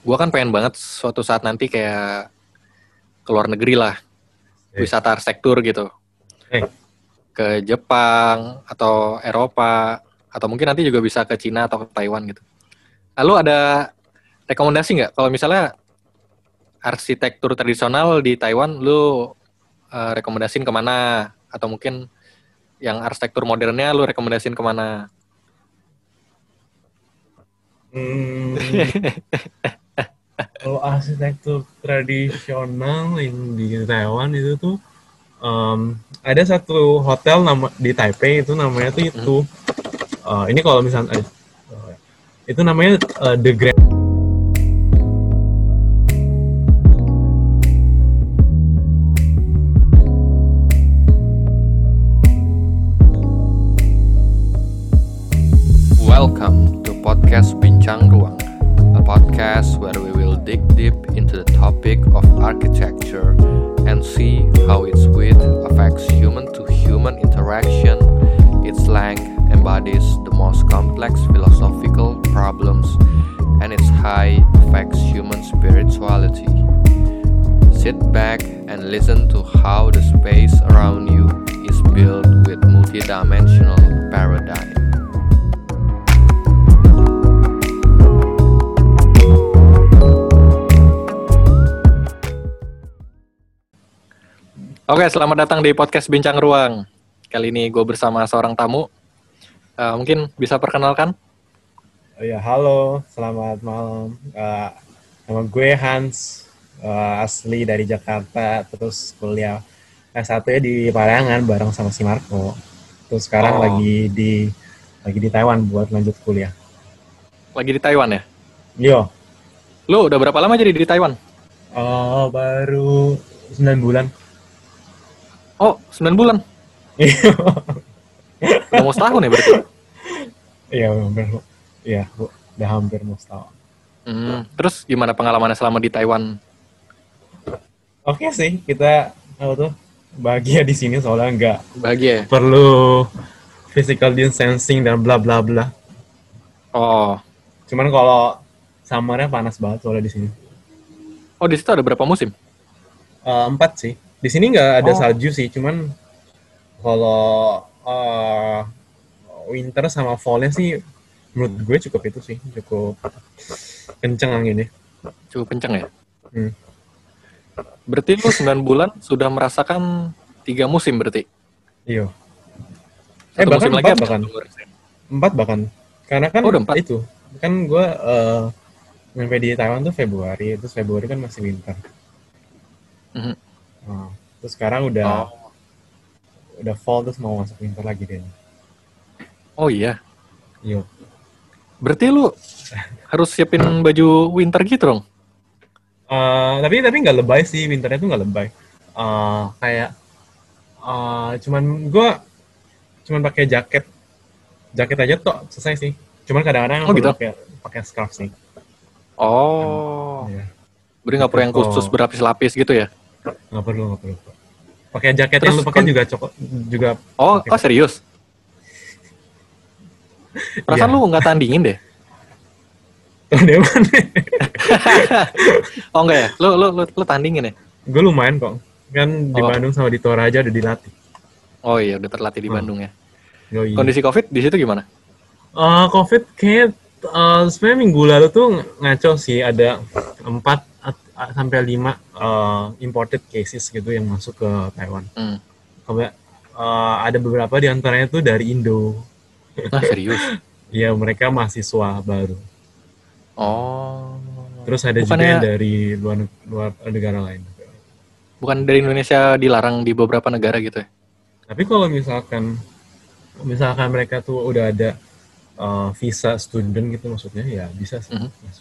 Gue kan pengen banget suatu saat nanti kayak ke luar negeri lah, wisata arsitektur gitu, ke Jepang atau Eropa, atau mungkin nanti juga bisa ke Cina atau ke Taiwan gitu. Lalu ada rekomendasi nggak kalau misalnya arsitektur tradisional di Taiwan, lu rekomendasiin kemana? Atau mungkin yang arsitektur modernnya lu rekomendasiin kemana? Kalau arsitektur tradisional yang di Taiwan itu tuh ada satu hotel di Taipei itu namanya tuh itu ini kalau misalnya itu namanya The Grand. Welcome to podcast Bincang Ruang, a podcast where we will dig deep into the topic of architecture and see how its width affects human-to-human interaction, its length embodies the most complex philosophical problems, and its height affects human spirituality. Sit back and listen to how the space around you is built with multidimensional paradigm. Oke, selamat datang di podcast Bincang Ruang. Kali ini gue bersama seorang tamu. Mungkin bisa perkenalkan? Oh ya, halo, selamat malam. Nama gue Hans, asli dari Jakarta, terus kuliah S1-nya di Parayangan bareng sama si Marco. Terus sekarang lagi di Taiwan buat lanjut kuliah. Lagi di Taiwan ya? Yo. Lu udah berapa lama jadi di Taiwan? Baru 9 bulan. Oh, 9 bulan? Udah mau setahun ya berarti? Iya, udah hampir mau setahun. Terus gimana pengalamannya selama di Taiwan? Oke sih, kita bahagia di sini soalnya nggak Bahagia. perlu physical distancing dan bla bla bla. Oh. Cuman kalau summernya panas banget soalnya di sini. Oh, di situ ada berapa musim? 4 sih. Di sini nggak ada salju sih, cuman kalau winter sama fallnya sih menurut gue cukup itu sih, cukup kenceng anginnya. Cukup kenceng ya? Berarti lu 9 bulan sudah merasakan 3 musim berarti? Iya. Bahkan 4 bahkan. Karena kan itu, kan gue sampai di Taiwan tuh Februari, terus Februari kan masih winter. Terus sekarang udah fall, terus mau masuk winter lagi deh. Oh iya? Iya. Berarti lu harus siapin baju winter gitu dong? Tapi nggak lebay sih, winternya tuh nggak lebay. Kayak cuman pakai jaket aja tuh selesai sih. Cuman kadang-kadang gitu? pakai scarf sih. Oh. Iya. Berarti nggak perlu yang khusus berlapis-lapis gitu ya? Nggak perlu. Pakai jaket terus yang lu pakai juga. Oh serius? Perasaan lu nggak tandingin deh? Tandingin mana? Oh enggak ya? Lu tandingin ya? Gue lumayan kok. Kan di Bandung sama di Toraja udah dilatih. Oh iya, udah terlatih di Bandung ya. Iya. Kondisi COVID di situ gimana? COVID kayak sebenarnya minggu lalu tuh ngaco sih, ada 4 sampai 5 imported cases gitu yang masuk ke Taiwan. Ada beberapa di antaranya tuh dari Indo. Serius? Iya, mereka mahasiswa baru. Oh. Terus ada juga yang dari luar negara lain. Bukan dari Indonesia dilarang di beberapa negara gitu ya? Tapi kalau misalkan mereka tuh udah ada visa student gitu maksudnya, ya bisa sih.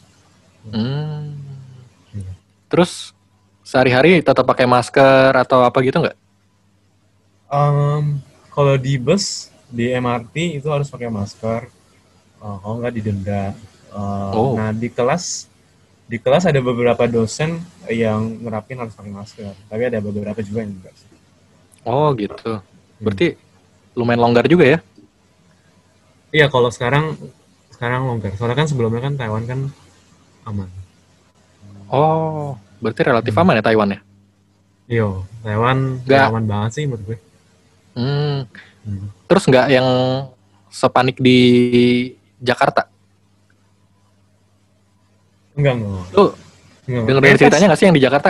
Terus sehari-hari tetap pakai masker atau apa gitu nggak? Kalau di bus, di MRT itu harus pakai masker. Kalau nggak didenda. Nah di kelas ada beberapa dosen yang nerapin harus pakai masker. Tapi ada beberapa juga yang enggak sih. Oh gitu. Berarti lumayan longgar juga ya? Iya, kalau sekarang longgar. Soalnya kan sebelumnya kan Taiwan kan aman. Oh, berarti relatif Hmm. aman ya Taiwan ya? Yo, Taiwan ya Nggak, aman banget sih menurut gue. hmm, Hmm. terus nggak yang sepanik di Jakarta? Enggak. Lu Enggak. denger ceritanya nggak sih yang di Jakarta?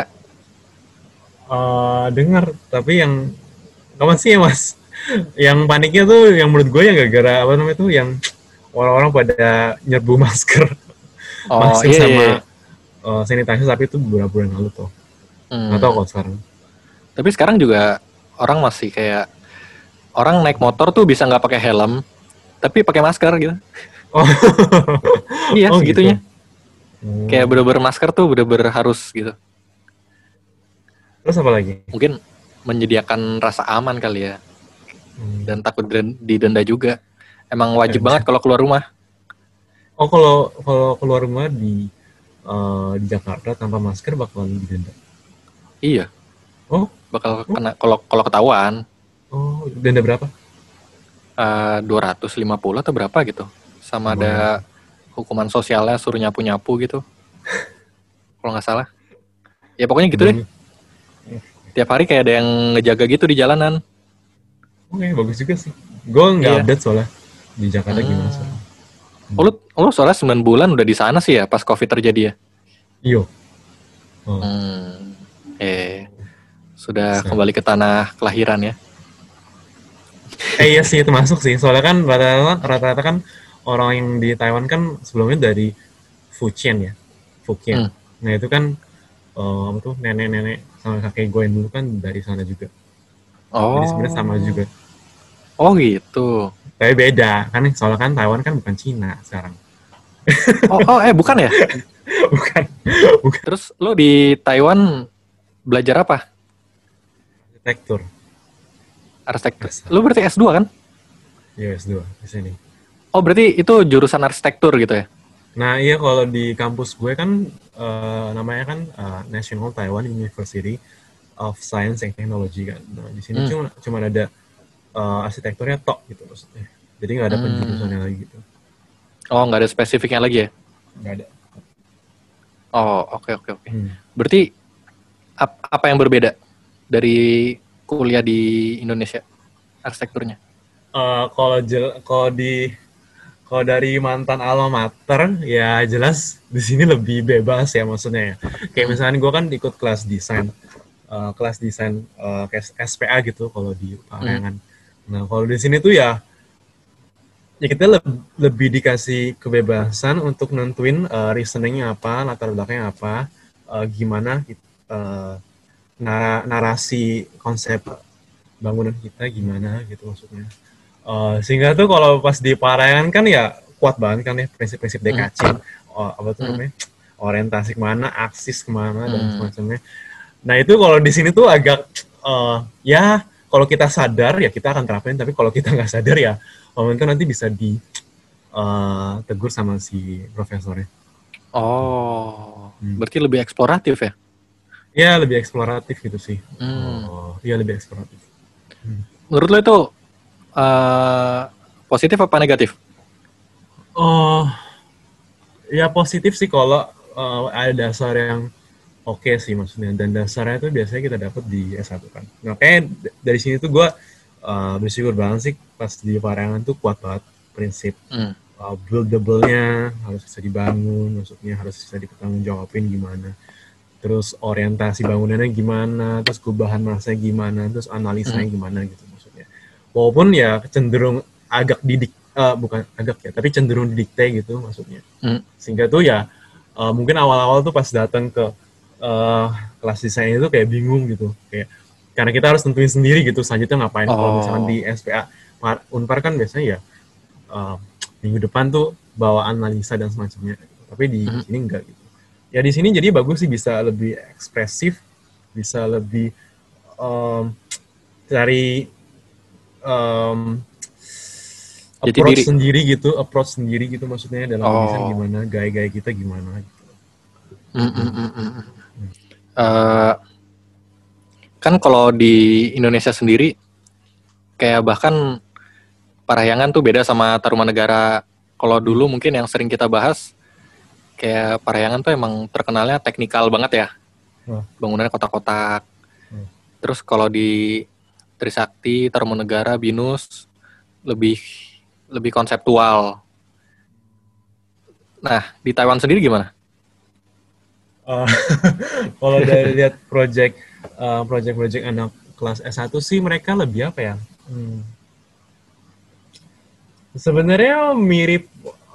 Dengar, tapi yang kapan sih ya mas? Yang paniknya tuh yang menurut gue yang gara-gara apa namanya tuh yang orang-orang pada nyerbu masker, Oh masker iya iya, iya. sama sanitizer, tapi itu beberapa bulan lalu tuh. Nggak tahu Hmm. kok sekarang. Tapi sekarang juga orang masih kayak orang naik motor tuh bisa nggak pakai helm, tapi pakai masker gitu. Oh, Iya oh segitunya. gitu. Kayak Hmm. bener-bener masker tuh bener-bener harus gitu. Terus apa lagi? Mungkin menyediakan rasa aman kali ya, Hmm. dan takut didenda juga. Emang wajib Dan, banget kalau keluar rumah. oh kalau kalau keluar rumah di Jakarta tanpa masker bakalan didenda. Iya, Oh, bakal oh, kena kalau kalau ketahuan oh, denda berapa? 250 atau berapa gitu. Sama Lumayan ada tuh. hukuman sosialnya suruh nyapu-nyapu gitu. Kalau nggak salah. Ya pokoknya gitu deh. Sebelum, Tiap hari kayak ada yang ngejaga gitu di jalanan. oke, bagus juga sih. Gue nggak Iya. update soalnya di Jakarta gimana Hmm. sekarang. Oh, lu soalnya 9 bulan udah di sana sih ya pas COVID terjadi ya? Iyo. Oh, Hmm. Sudah bisa. kembali ke tanah kelahiran ya? Iya sih itu masuk sih. Soalnya kan rata-rata kan orang yang di Taiwan kan sebelumnya dari Fujian ya, Fujian. Hmm. Nah itu kan apa tuh nenek-nenek sama kakek gue yang dulu kan dari sana juga. Jadi sebenarnya sama Oh. juga. Oh gitu. Tapi beda kan, soalnya kan Taiwan kan bukan Cina sekarang. Bukan ya? bukan, bukan Terus lu di Taiwan belajar apa? arsitektur. Arsitektur. Asal. Lu berarti S2 kan? Ya S2 di sini. Oh, berarti itu jurusan arsitektur gitu ya? Nah iya kalau di kampus gue kan namanya kan National Taiwan University of Science and Technology kan. Nah di sini Hmm. cuma ada arsitekturnya tok gitu maksudnya. Jadi nggak ada Hmm. penjurusannya lagi gitu. Oh, nggak ada spesifiknya lagi ya? Nggak ada. Oh, oke oke oke. Hmm. Berarti apa yang berbeda dari kuliah di Indonesia arsitekturnya? Kalau dari mantan alma mater ya jelas di sini lebih bebas ya maksudnya ya. Kayak Hmm. misalnya gue kan ikut kelas desain kayak SPA gitu kalau di Hmm. Parayangan. Nah kalau di sini tuh ya kita lebih dikasih kebebasan untuk nentuin reasoningnya apa, latar belakangnya apa, gimana narasi konsep bangunan kita gimana gitu maksudnya. Sehingga tuh kalau pas di Parayangan kan ya kuat banget kan ya prinsip-prinsip Hmm. DKC, apa tuh Hmm. namanya, orientasi kemana, aksis kemana dan Hmm. semacamnya. Nah itu kalau di sini tuh agak ya kalau kita sadar ya kita akan terapin, tapi kalau kita nggak sadar ya itu nanti bisa ditegur sama si profesornya. Oh, Hmm. berarti lebih eksploratif ya? Ya lebih eksploratif gitu sih. Hmm. Iya lebih eksploratif. Menurut lo itu eh, positif apa negatif? Oh ya positif sih kalau ada dasar yang oke sih maksudnya, dan dasarnya itu biasanya kita dapat di S1 kan. Nah kayak dari sini tuh gue bersyukur banget sih pas di Parayangan tuh kuat banget prinsip Hmm. buildable-nya harus bisa dibangun, maksudnya harus bisa dipertanggungjawabin gimana, terus orientasi bangunannya gimana, terus perubahan masanya gimana, terus Hmm. analisanya gimana gitu maksudnya. Walaupun ya cenderung agak bukan agak ya, tapi cenderung didikte gitu maksudnya. Hmm. Sehingga tuh ya mungkin awal-awal tuh pas datang ke uh, kelas desain itu kayak bingung gitu, kayak karena kita harus tentuin sendiri gitu selanjutnya ngapain. Kalau misalkan di Oh. SPA Unpar kan biasanya ya uh, minggu depan tuh bawa analisa dan semacamnya, tapi di Hmm. sini enggak gitu. Ya di sini jadi bagus sih, bisa lebih ekspresif, bisa lebih um, cari um, Jati diri. approach sendiri gitu maksudnya dalam desain Oh. gimana, gaya-gaya kita gimana gitu. Hmm, hmm, hmm, hmm. Eh, kan kalau di Indonesia sendiri kayak bahkan Parahyangan tuh beda sama Tarumanegara. Kalau dulu mungkin yang sering kita bahas kayak Parahyangan tuh emang terkenalnya teknikal banget ya. Bangunannya kotak-kotak. Terus kalau di Trisakti, Tarumanegara, Binus lebih konseptual. Nah, di Taiwan sendiri gimana? Kalau dari lihat project anak kelas S1 sih mereka lebih apa ya? Sebenarnya mirip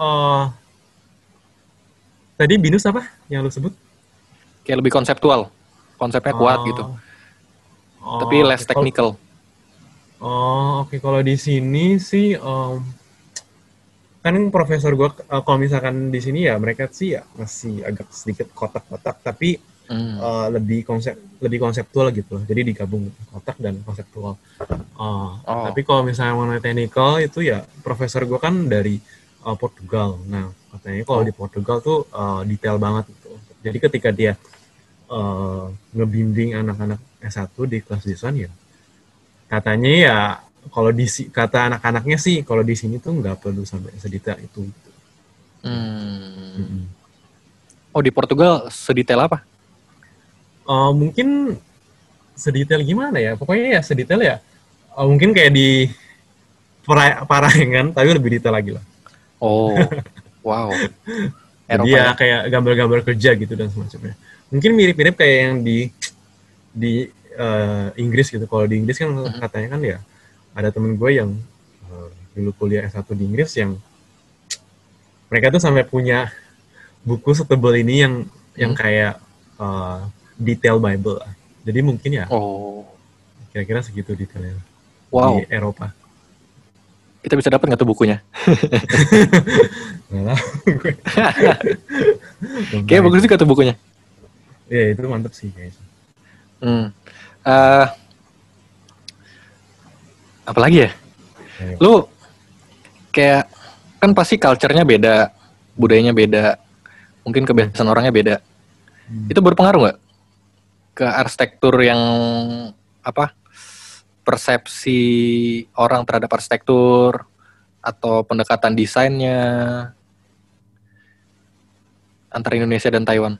tadi Binus apa yang lu sebut? Kayak lebih konseptual. Konsepnya kuat gitu. Tapi less Okay. technical. Oke. Kalau di sini sih kan profesor gue kalau misalkan di sini ya mereka sih ya masih agak sedikit kotak-kotak tapi lebih konseptual gitu loh. Jadi digabung kotak dan konseptual. Tapi kalau misalnya mengenai technical itu ya profesor gue kan dari Portugal. Nah katanya kalau di Portugal tuh detail banget gitu. Jadi ketika dia ngebimbing anak-anak S1 di kelas desain ya katanya ya kalau kata anak-anaknya sih kalau di sini tuh nggak perlu sampai sedetail itu. Oh, di Portugal sedetail apa? Mungkin sedetail gimana ya? Pokoknya ya sedetail ya. Mungkin kayak di Parahyangan, tapi lebih detail lagi lah. Oh, wow. Jadi ya kayak gambar-gambar kerja gitu dan semacamnya. Mungkin mirip-mirip kayak yang di Inggris gitu. Kalau di Inggris kan katanya kan ya ada temen gue yang dulu kuliah S1 di Inggris yang mereka tuh sampai punya buku setebal ini yang kayak detail Bible. Jadi mungkin ya kira-kira segitu detailnya di Eropa. Kita bisa dapat nggak tuh bukunya? Nggak tahu. Kayak bagus juga tuh bukunya. Ya itu mantep sih kayaknya. Apalagi ya? Lu kayak kan pasti culture-nya beda, budayanya beda, mungkin kebiasaan orangnya beda. Itu berpengaruh nggak ke arsitektur yang apa? Persepsi orang terhadap arsitektur atau pendekatan desainnya antara Indonesia dan Taiwan?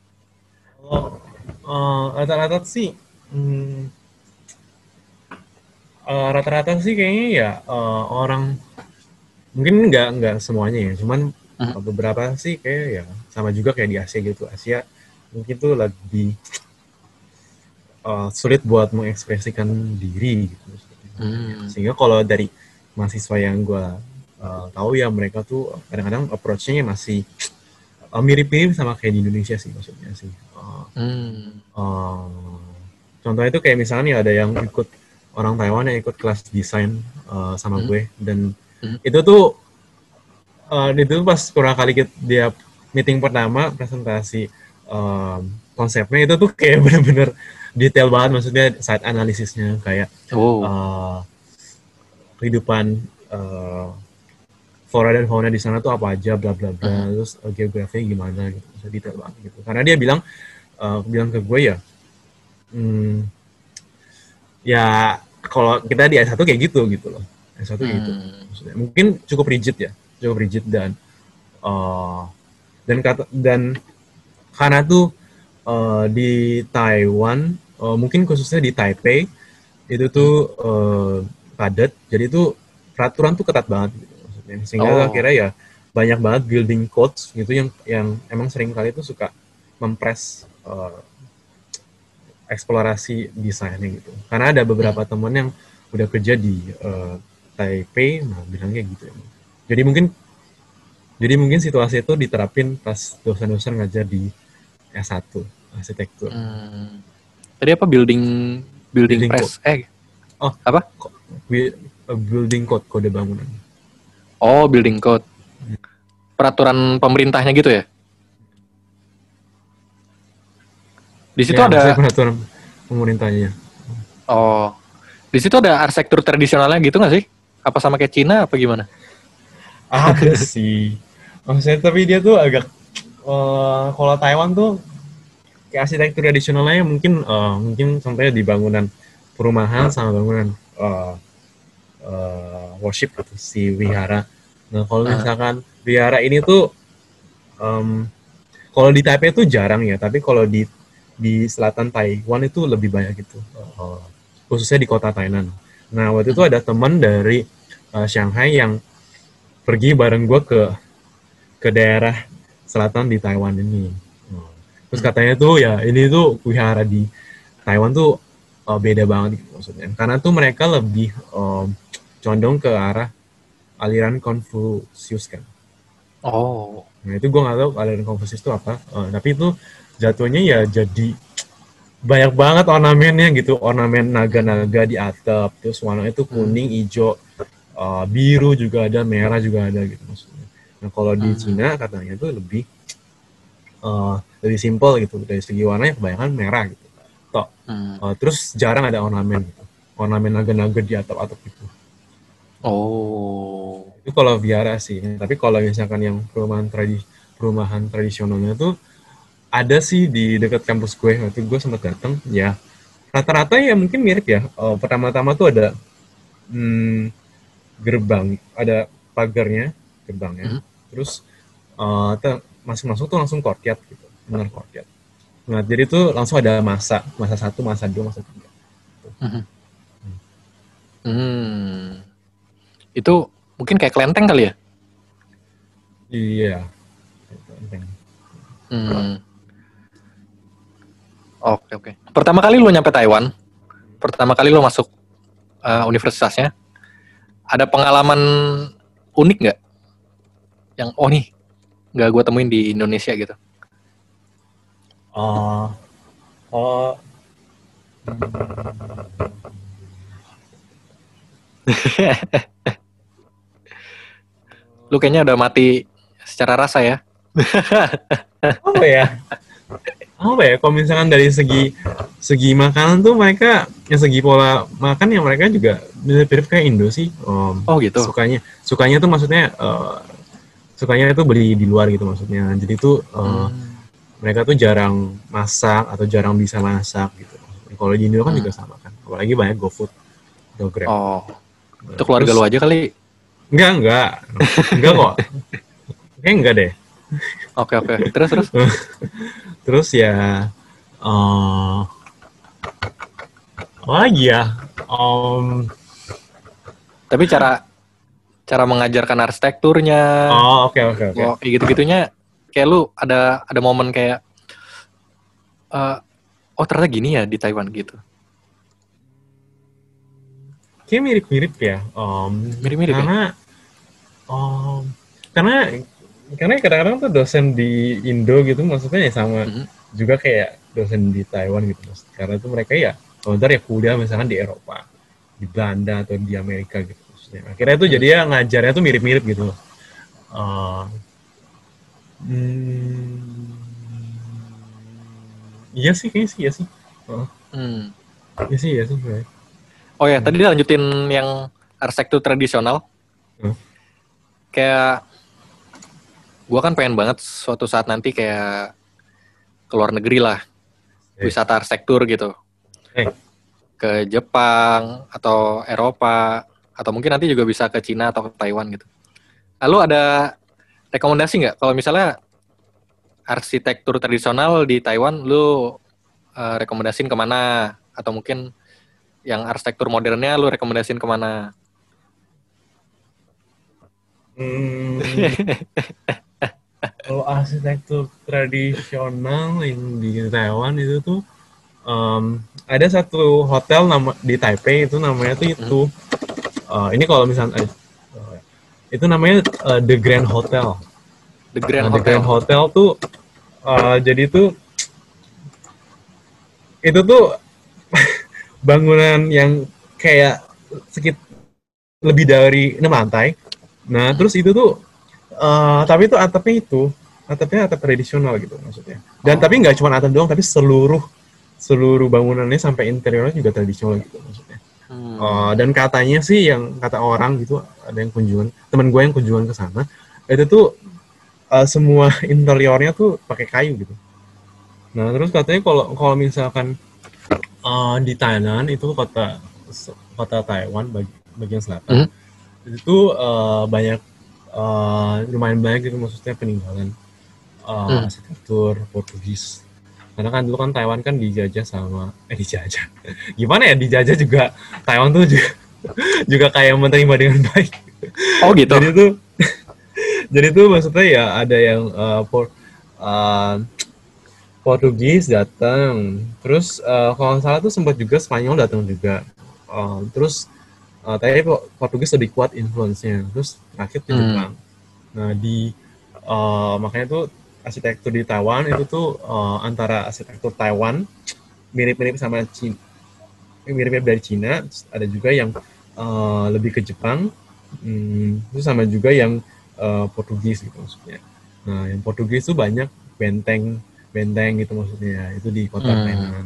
Rata-rata sih rata-rata sih kayaknya ya orang mungkin nggak semuanya ya, cuman beberapa sih kayak ya sama juga kayak di Asia gitu. Asia mungkin tuh lebih sulit buat mengekspresikan diri gitu. Sehingga kalau dari mahasiswa yang gue tahu ya mereka tuh kadang-kadang approach-nya masih mirip-mirip sama kayak di Indonesia sih maksudnya sih. Contohnya itu kayak misalnya nih ada yang ikut orang Taiwan yang ikut kelas desain sama gue dan itu tuh pas kurang kali dia meeting pertama presentasi konsepnya itu tuh kayak bener-bener detail banget, maksudnya site analisisnya kayak kehidupan flora dan fauna di sana tuh apa aja, bla bla bla, terus geografinya gimana gitu, detail banget gitu. Karena dia bilang ke gue ya, ya kalau kita di S1 kayak gitu loh, S1 kayak gitu. Maksudnya, mungkin cukup rigid dan karena tuh di Taiwan, mungkin khususnya di Taipei itu tuh padat, jadi tuh peraturan tuh ketat banget gitu, maksudnya. Sehingga akhirnya ya banyak banget building codes gitu yang emang sering kali tuh suka mempres eksplorasi desainnya gitu. Karena ada beberapa teman yang udah kerja di Taipei, nah bilangnya gitu ya. Jadi mungkin situasi itu diterapin pas dosen-dosen ngajar di S1 arsitektur. Tadi apa building press? Apa? Building code, kode bangunan. Oh, building code. Peraturan pemerintahnya gitu ya? Di situ ya, ada peraturan pemerintahnya. Oh, di situ ada arsitektur tradisionalnya gitu nggak sih? Apa sama kayak Cina apa gimana? Ada sih. Maksudnya tapi dia tuh agak kalau Taiwan tuh kayak arsitektur tradisionalnya mungkin contohnya di bangunan perumahan sama bangunan worship gitu, si wihara. Nah kalau misalkan wihara ini tuh Kalau di Taipei itu jarang ya, tapi kalau di selatan Taiwan itu lebih banyak gitu. Khususnya di kota Tainan. Nah, waktu itu ada teman dari Shanghai yang pergi bareng gue ke daerah selatan di Taiwan ini. Terus katanya tuh ya ini tuh wihara di Taiwan tuh beda banget gitu maksudnya. Karena tuh mereka lebih condong ke arah aliran Konfusius kan. Oh. Nah itu gue nggak tahu aliran Konfusius itu apa. Tapi itu jatuhnya ya jadi banyak banget ornamennya gitu. Ornamen naga-naga di atap. Terus warnanya itu kuning, hijau, biru juga ada, merah juga ada gitu maksudnya. Nah kalau di Cina katanya tuh lebih simpel gitu. Dari segi warnanya kebanyakan merah gitu. Terus jarang ada ornamen gitu. Ornamen naga-naga di atap-atap gitu. Oh. Itu kalau vihara sih. Tapi kalau misalkan yang perumahan tradisionalnya tuh ada sih di dekat kampus gue. Waktu gue sempat datang, ya rata-rata ya mungkin mirip ya. Pertama-tama tuh ada gerbang, ada pagarnya, gerbangnya. Terus masuk-masuk tuh langsung courtyard gitu, benar courtyard. Nah jadi tuh langsung ada masa 1, masa 2, masa 3. Itu mungkin kayak kelenteng kali ya? Iya. Oke. Pertama kali lu nyampe Taiwan, pertama kali lu masuk universitasnya, ada pengalaman unik nggak? Yang nih nggak gue temuin di Indonesia gitu. Lu kayaknya udah mati secara rasa ya. Apa ya kalau misalkan dari segi makanan tuh mereka yang segi pola makan yang mereka juga mirip kayak Indo sih. Oh gitu. Sukanya tuh maksudnya sukanya itu beli di luar gitu maksudnya. Jadi tuh mereka tuh jarang masak atau jarang bisa masak gitu. Kalau di Indo kan juga sama kan. Apalagi banyak GoFood atau Grab. Oh. Itu keluarga lu aja kali. Enggak kok. Kayaknya enggak deh. Oke. Terus. Terus ya apa lagi ya? Tapi cara mengajarkan arsitekturnya. Oke. Gitu-gitunya kayak lu ada momen kayak ternyata gini ya di Taiwan gitu. Kayak mirip-mirip ya. Mirip-mirip karena kadang-kadang tuh dosen di Indo gitu maksudnya ya sama juga kayak dosen di Taiwan gitu mas. Karena tuh mereka ya ntar ya kuliah misalkan di Eropa, di Belanda atau di Amerika gitu maksudnya. Akhirnya tuh jadi ya ngajarnya tuh mirip-mirip gitu. Iya sih. Iya sih. Oh ya, tadi lanjutin yang arsitektur tradisional. Kayak gue kan pengen banget suatu saat nanti kayak ke luar negeri lah, wisata arsitektur gitu, ke Jepang atau Eropa atau mungkin nanti juga bisa ke Cina atau ke Taiwan gitu. Lalu ada rekomendasi nggak kalau misalnya arsitektur tradisional di Taiwan, lu rekomendasiin kemana? Atau mungkin yang arsitektur modernnya lu rekomendasiin kemana? Kalau arsitektur tradisional yang di Taiwan itu tuh ada satu hotel di Taipei itu namanya tuh ini kalau misalnya itu namanya The Grand Hotel. The Grand Hotel tuh jadi tuh itu tuh bangunan yang kayak lebih dari 6 lantai. Nah terus itu tuh tapi itu atapnya atap tradisional gitu maksudnya. Dan tapi nggak cuma atap doang, tapi seluruh bangunannya sampai interiornya juga tradisional gitu maksudnya. Dan katanya sih yang kata orang gitu, ada yang teman gue yang kunjungan ke sana, itu tuh semua interiornya tuh pakai kayu gitu. Nah terus katanya kalau misalkan di Thailand itu kota Taiwan bagian selatan itu lumayan banyak gitu maksudnya peninggalan arsitektur Portugis. Karena kan dulu kan Taiwan kan dijajah sama dijajah. Gimana ya, dijajah juga Taiwan tuh juga, juga kayak menerima dengan baik. Oh gitu. Jadi tuh maksudnya ya ada yang Portugis datang, terus kalau nggak salah tuh sempat juga Spanyol datang juga. Terus tapi Portugis lebih kuat influence-nya. Terus terakhir di Jepang. Nah makanya tuh arsitektur di Taiwan itu tuh antara arsitektur Taiwan mirip-mirip sama Cina, mirip-mirip dari Cina. Terus ada juga yang lebih ke Jepang. Terus sama juga yang Portugis gitu maksudnya. Nah yang Portugis tuh banyak benteng gitu maksudnya, itu di kota Tainan.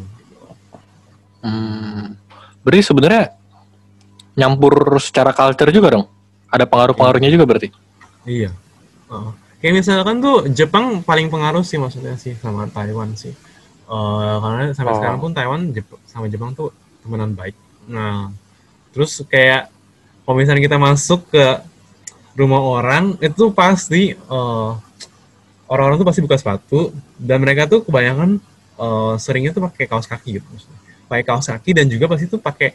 Berarti sebenarnya nyampur secara culture juga dong. Ada pengaruh-pengaruhnya juga berarti. Iya. Kayak misalkan tuh Jepang paling pengaruh sih maksudnya sih sama Taiwan sih. Karena sampai sekarang pun Taiwan sama Jepang tuh temenan baik. Nah, terus kayak kalau misalnya kita masuk ke rumah orang, itu pasti orang-orang tuh pasti buka sepatu, dan mereka tuh kebanyakan seringnya tuh pakai kaos kaki gitu maksudnya. Pakai kaos kaki dan juga pasti tuh pakai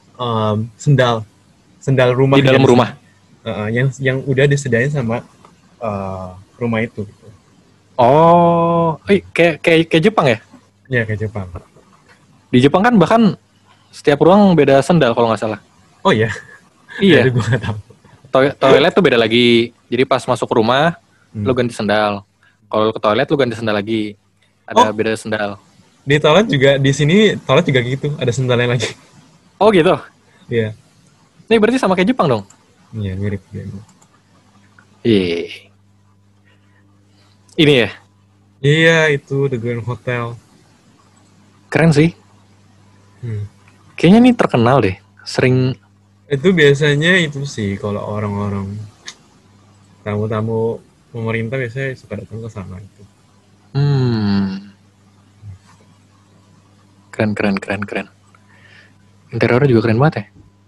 sendal rumah di dalam rumah. Yang udah disediain sama rumah itu gitu. Oh, kayak Jepang ya? Ya kayak Jepang. Di Jepang kan bahkan setiap ruang beda sendal kalau nggak salah. Oh ya? Iya. Gue nggak tahu. Toilet tuh beda lagi. Jadi pas masuk rumah, lu ganti sendal. Kalau lu ke toilet, lu ganti sendal lagi. Ada beda sendal. Di toilet juga, di sini toilet juga gitu, ada sendalnya lagi. Oh gitu? Iya. Ini berarti sama kayak Jepang dong? Iya, mirip. Iya. Ini ya? Iya, itu The Grand Hotel. Keren sih. Kayaknya ini terkenal deh. Sering. Itu biasanya itu sih, kalau orang-orang tamu-tamu pemerintah biasanya suka datang ke sana itu. Keren. Interiornya juga keren banget ya.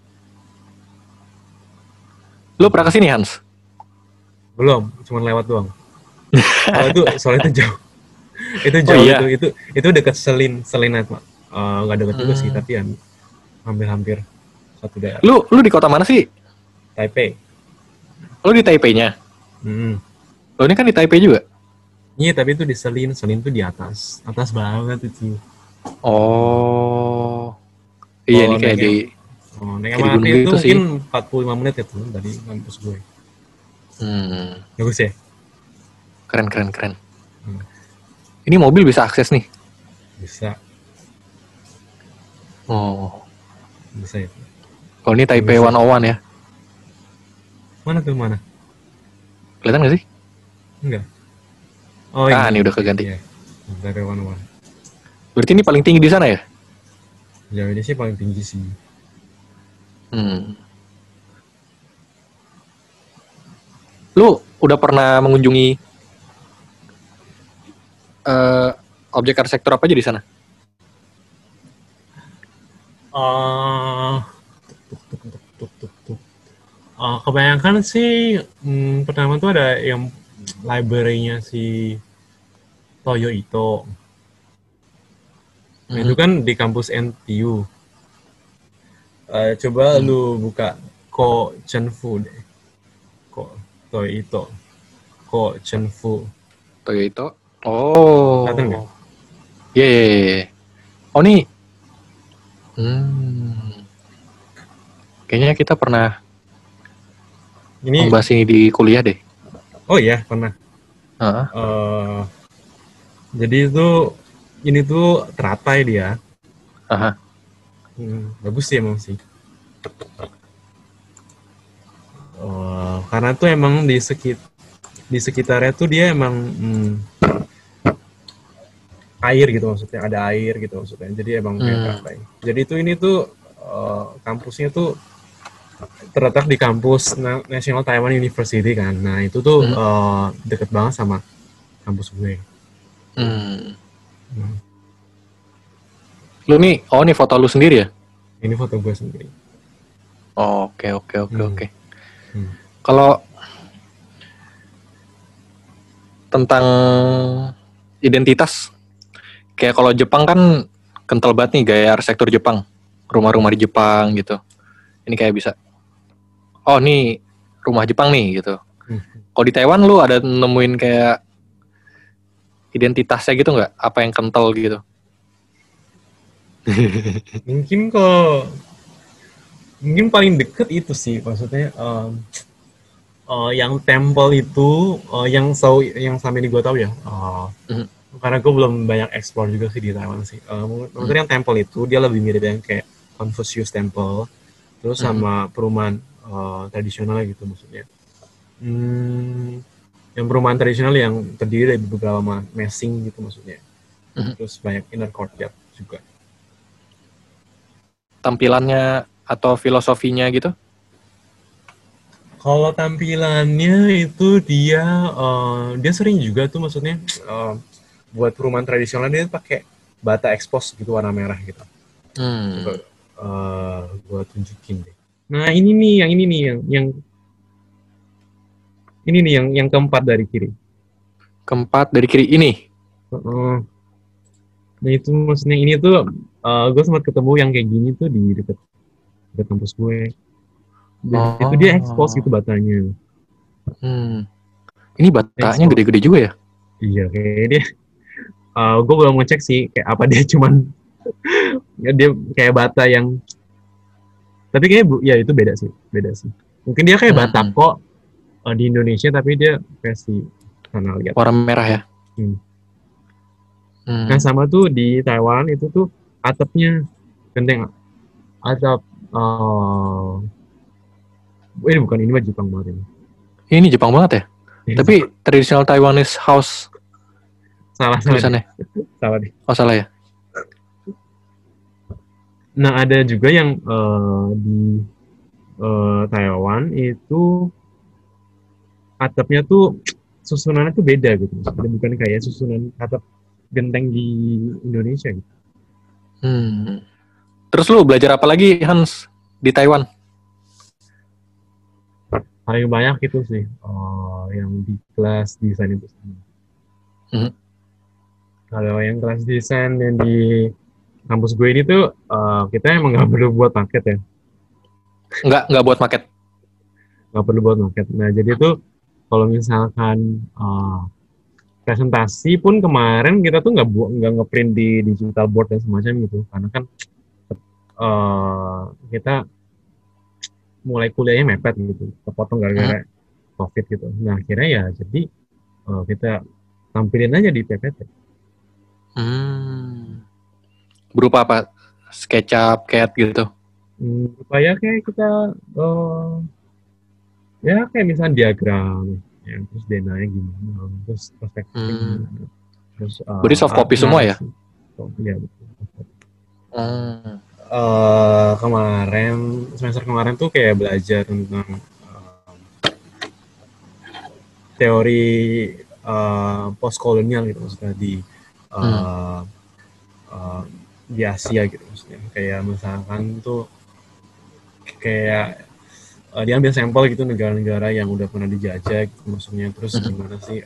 Lu pernah kesini, Hans? Belum, cuma lewat doang. Soalnya itu jauh. Itu jauh. Oh, iya. Itu dekat Selinat, Pak. Nggak dekat juga sih, tapi ya hampir satu daerah. Lu di kota mana sih? Taipei. Lu di Taipei-nya? Lu ini kan di Taipei juga? Iya, tapi itu di Selin tuh di atas banget itu. Oh, iya nih kayak di naik MRT itu gitu mungkin 45 menit ya tuh dari kampus gue. Bagus ya? Keren. Ini mobil bisa akses nih? Bisa. Oh. Bisa ya. Kalau ini Taipei 101 ya? Mana tuh, mana? Kelihatan nggak sih? Enggak. Oh iya. Ini udah keganti. Iya. Taipei 101. Berarti ini paling tinggi di sana ya? Jauh ini sih paling tinggi sih. Lu udah pernah mengunjungi objek arsitektur apa aja di sana? Kebanyakan sih pertama tuh ada yang library-nya si Toyo Ito. Nah, itu kan di kampus NTU. Coba lu buka Ko Chenfu deh. Toyo Ito. Ko Chenfu. Toyo Ito. Oh. Kelihatan nggak? Iya. Oh nih. Kayaknya kita pernah membahas ini di kuliah deh. Oh iya, pernah. Jadi ini tuh teratai dia. Bagus sih emang sih. Karena tuh emang di sekitarnya tuh dia emang air gitu maksudnya, ada air gitu maksudnya. Jadi emang kayak teratai. Jadi ini tuh kampusnya tuh terletak di kampus National Taiwan University kan. Nah itu tuh deket banget sama kampus gue. Lu nih, nih foto lu sendiri ya? Ini foto gue sendiri. Oke. Kalau tentang identitas. Kayak kalau Jepang kan kental banget nih gaya arsitektur Jepang. Rumah-rumah di Jepang gitu. Ini kayak bisa, oh nih rumah Jepang nih gitu. Kalau di Taiwan lu ada nemuin kayak identitasnya gitu nggak? Apa yang kental gitu? Mungkin paling deket itu sih, maksudnya yang temple itu yang selama ini gue tahu ya, karena gue belum banyak explore juga sih di Taiwan sih. Maksudnya yang temple itu dia lebih mirip yang kayak Confucius Temple, terus sama perumahan tradisional gitu maksudnya. Yang perumahan tradisional yang terdiri dari beberapa messing gitu maksudnya. Terus banyak inner courtyard juga. Tampilannya atau filosofinya gitu? Kalau tampilannya itu dia sering juga tuh maksudnya buat perumahan tradisional dia pakai bata expose gitu warna merah gitu. Coba gue tunjukin deh. Nah yang keempat dari kiri. Keempat dari kiri ini. Nah itu maksudnya ini tuh gue sempat ketemu yang kayak gini tuh di dekat kampus gue. Dan itu dia expose gitu batanya. Ini batanya gede-gede juga ya? Iya kayak dia. Gue belum ngecek sih kayak apa dia cuman dia kayak bata yang, tapi kayak ya itu beda sih. Mungkin dia kayak bata kok di Indonesia tapi dia versi sana lihat. Warna merah ya. Nah sama tuh di Taiwan itu tuh atapnya genteng, atap ini mah Jepang banget ini. Ini Jepang banget ya? Tapi traditional Taiwanese house. Salah tulisannya. Salah deh. Oh salah ya. Nah ada juga yang di Taiwan itu atapnya tuh susunannya tuh beda gitu. Bukan kayak susunan atap genteng di Indonesia gitu. Terus lu belajar apa lagi Hans di Taiwan? Paling banyak itu sih yang di kelas desain itu. Kalau yang kelas desain yang di kampus gue ini tuh kita emang nggak perlu buat market ya. Nggak buat market. Nggak perlu buat market. Nah jadi tuh kalau misalkan presentasi pun kemarin kita tuh nggak ngeprint di digital board dan semacam gitu, karena kan kita mulai kuliahnya mepet gitu, kepotong gara-gara COVID gitu. Nah akhirnya ya jadi kita tampilin aja di PPT. Berupa apa? SketchUp, CAD gitu? Supaya kayak kita ya kayak misalnya diagram, ya, terus denanya gimana, terus perspektif gimana, terus berarti soft copy semua ya? Iya betul. Semester kemarin tuh kayak belajar tentang teori postkolonial gitu maksudnya di Asia gitu maksudnya. Kayak misalkan tuh kayak dia ambil sampel gitu negara-negara yang udah pernah dijajah gitu maksudnya, terus gimana sih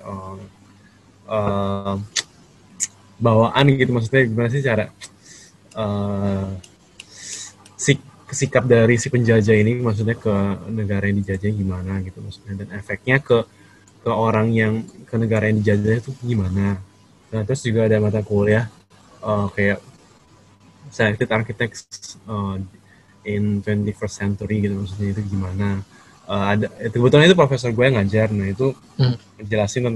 bawaan gitu maksudnya, gimana sih cara sikap dari si penjajah ini maksudnya ke negara yang dijajah gimana gitu maksudnya, dan efeknya ke orang yang ke negara yang dijajah itu gimana. Nah terus juga ada mata kuliah kayak selected architects in 21st century gitu maksudnya, itu gimana. Kebetulan itu profesor gue yang ngajar. Nah itu menjelasin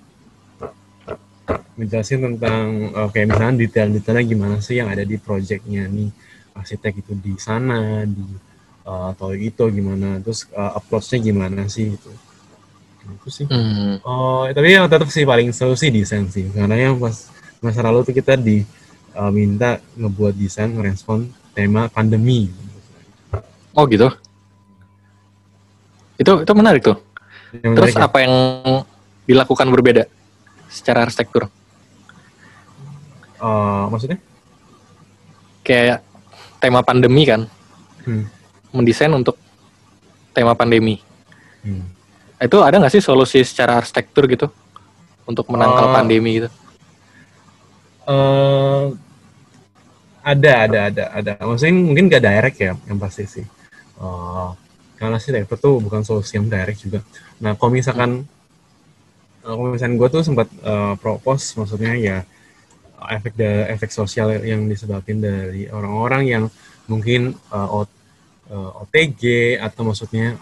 tentang kayak misalnya detail-detailnya gimana sih yang ada di projectnya nih arsitek itu di sana atau itu gimana, terus approach-nya gimana sih gitu. Itu sih. Tapi yang tetap sih paling seru sih desain sih, karena yang pas masa lalu tuh kita minta ngebuat desain ngerespon tema pandemi. Oh gitu. Itu menarik tuh. Terus apa yang dilakukan berbeda secara arsitektur? Maksudnya? Kayak tema pandemi kan, mendesain untuk tema pandemi. Itu ada nggak sih solusi secara arsitektur gitu untuk menangkal pandemi gitu? Ada. Maksudnya mungkin gak direct ya, yang pasti sih. Karena sih itu tuh bukan solusi yang direct juga. Nah, kalau misalkan gue tuh sempat propose, maksudnya ya efek sosial yang disebabkan dari orang-orang yang mungkin OTG atau maksudnya